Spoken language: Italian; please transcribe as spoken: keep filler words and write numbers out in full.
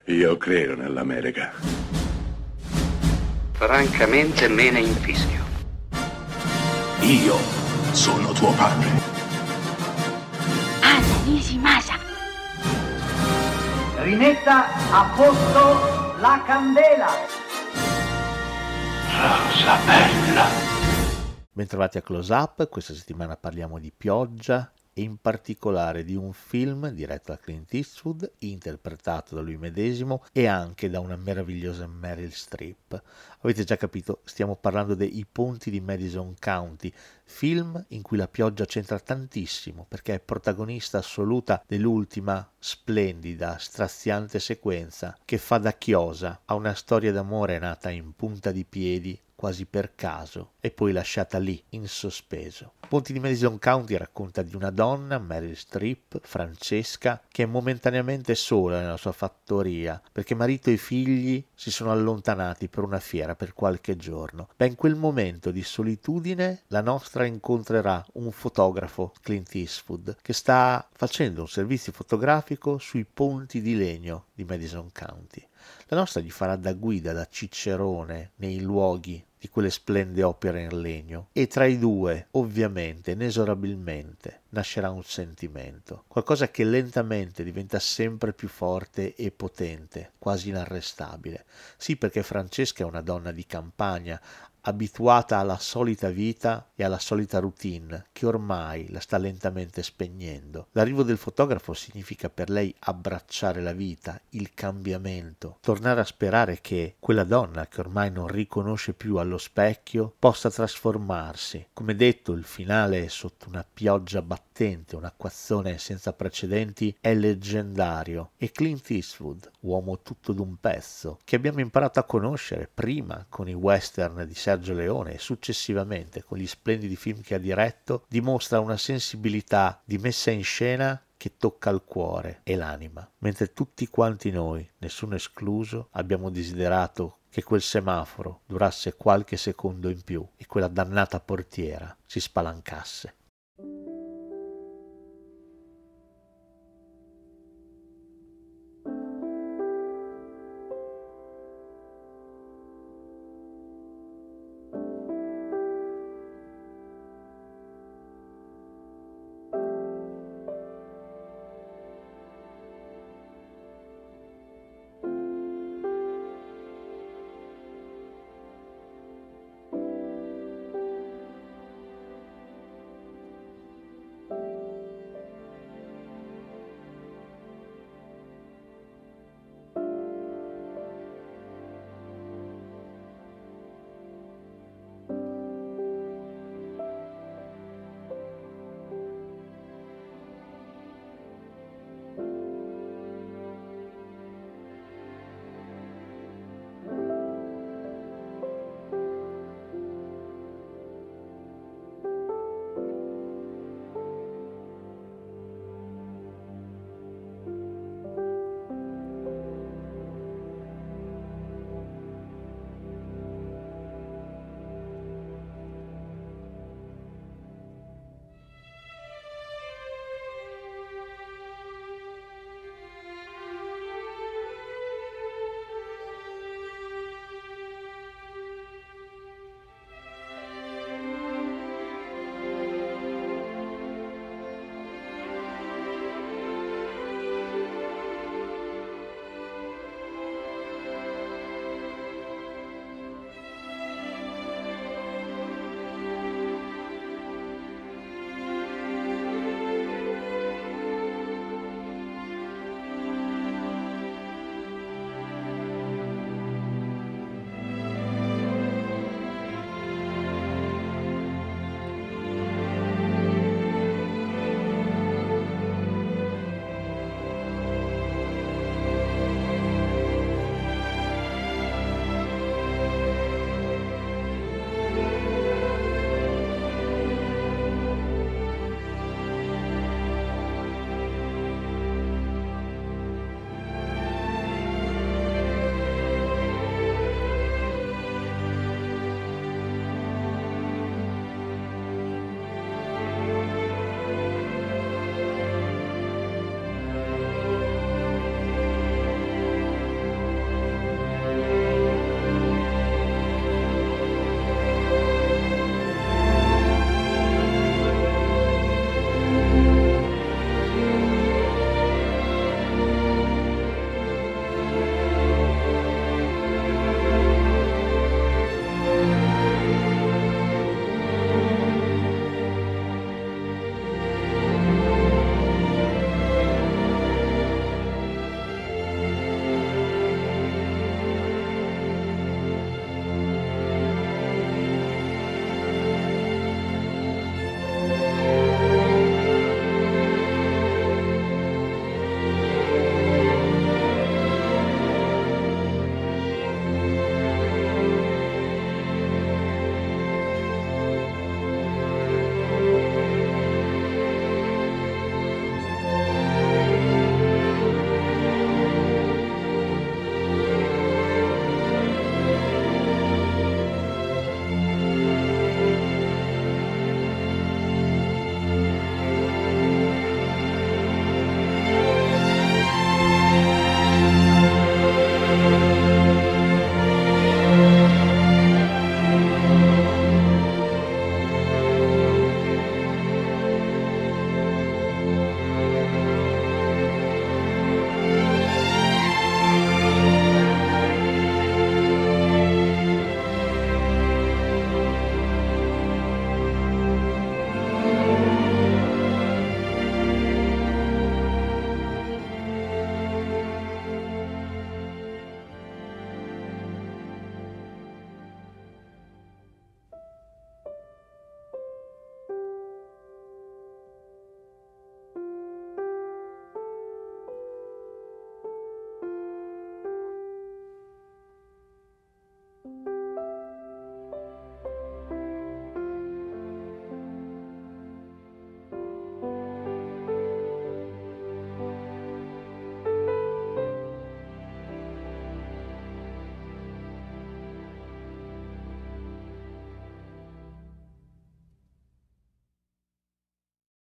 Io credo nell'America. Francamente me ne infischio. Io sono tuo padre. Anna Nishimasa. Rimetta a posto la candela. Rosa bella. Bentrovati a Close Up, questa settimana parliamo di pioggia e in particolare di un film diretto da Clint Eastwood, interpretato da lui medesimo e anche da una meravigliosa Meryl Streep. Avete già capito, stiamo parlando dei I Ponti di Madison County, film in cui la pioggia c'entra tantissimo perché è protagonista assoluta dell'ultima splendida, straziante sequenza che fa da chiosa a una storia d'amore nata in punta di piedi quasi per caso e poi lasciata lì in sospeso. Ponti di Madison County racconta di una donna, Meryl Streep, Francesca, che è momentaneamente sola nella sua fattoria perché marito e figli si sono allontanati per una fiera per qualche giorno. Beh, in quel momento di solitudine la nostra incontrerà un fotografo, Clint Eastwood, che sta facendo un servizio fotografico sui ponti di legno di Madison County. La nostra gli farà da guida, da cicerone nei luoghi di quelle splendide opere in legno e tra i due, ovviamente, inesorabilmente, nascerà un sentimento, qualcosa che lentamente diventa sempre più forte e potente, quasi inarrestabile. Sì, perché Francesca è una donna di campagna, abituata alla solita vita e alla solita routine che ormai la sta lentamente spegnendo. L'arrivo del fotografo significa per lei abbracciare la vita, il cambiamento, tornare a sperare che quella donna che ormai non riconosce più allo specchio possa trasformarsi. Come detto, il finale sotto una pioggia battente, un acquazzone senza precedenti, è leggendario e Clint Eastwood, uomo tutto d'un pezzo, che abbiamo imparato a conoscere prima con i western di Sergio Leone e successivamente con gli splendidi film che ha diretto, dimostra una sensibilità di messa in scena che tocca il cuore e l'anima, mentre tutti quanti noi, nessuno escluso, abbiamo desiderato che quel semaforo durasse qualche secondo in più e quella dannata portiera si spalancasse.